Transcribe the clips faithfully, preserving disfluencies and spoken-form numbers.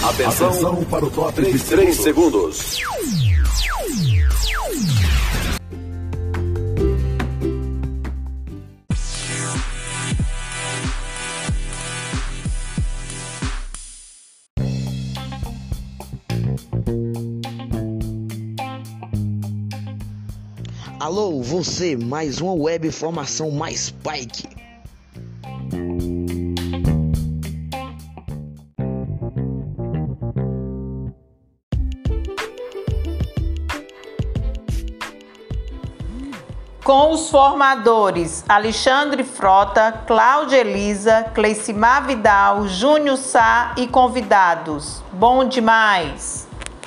Atenção, Atenção para o top de três segundos. Alô, você, mais uma web formação mais Spike. Com os formadores Alexandre Frota, Cláudia Elisa, Cleicimar Vidal, Júnior Sá e convidados. Bom demais!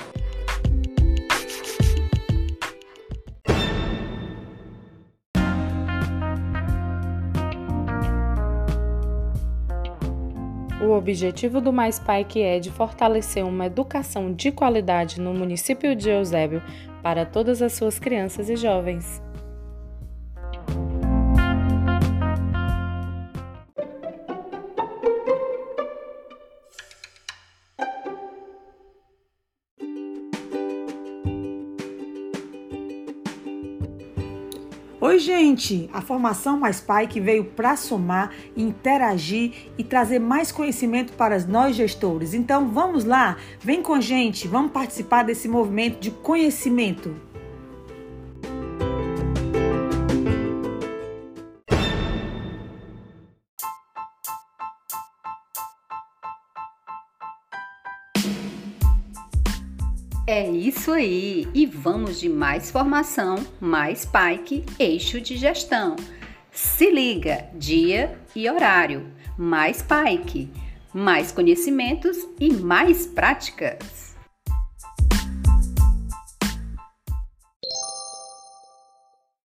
O objetivo do Mais Spike é de fortalecer uma educação de qualidade no município de Eusébio para todas as suas crianças e jovens. Oi, gente! A formação Mais Spike veio para somar, interagir e trazer mais conhecimento para nós gestores. Então, vamos lá? Vem com a gente, vamos participar desse movimento de conhecimento. É isso aí! E vamos de mais formação, mais Spike, eixo de gestão. Se liga, dia e horário, mais Spike, mais conhecimentos e mais práticas.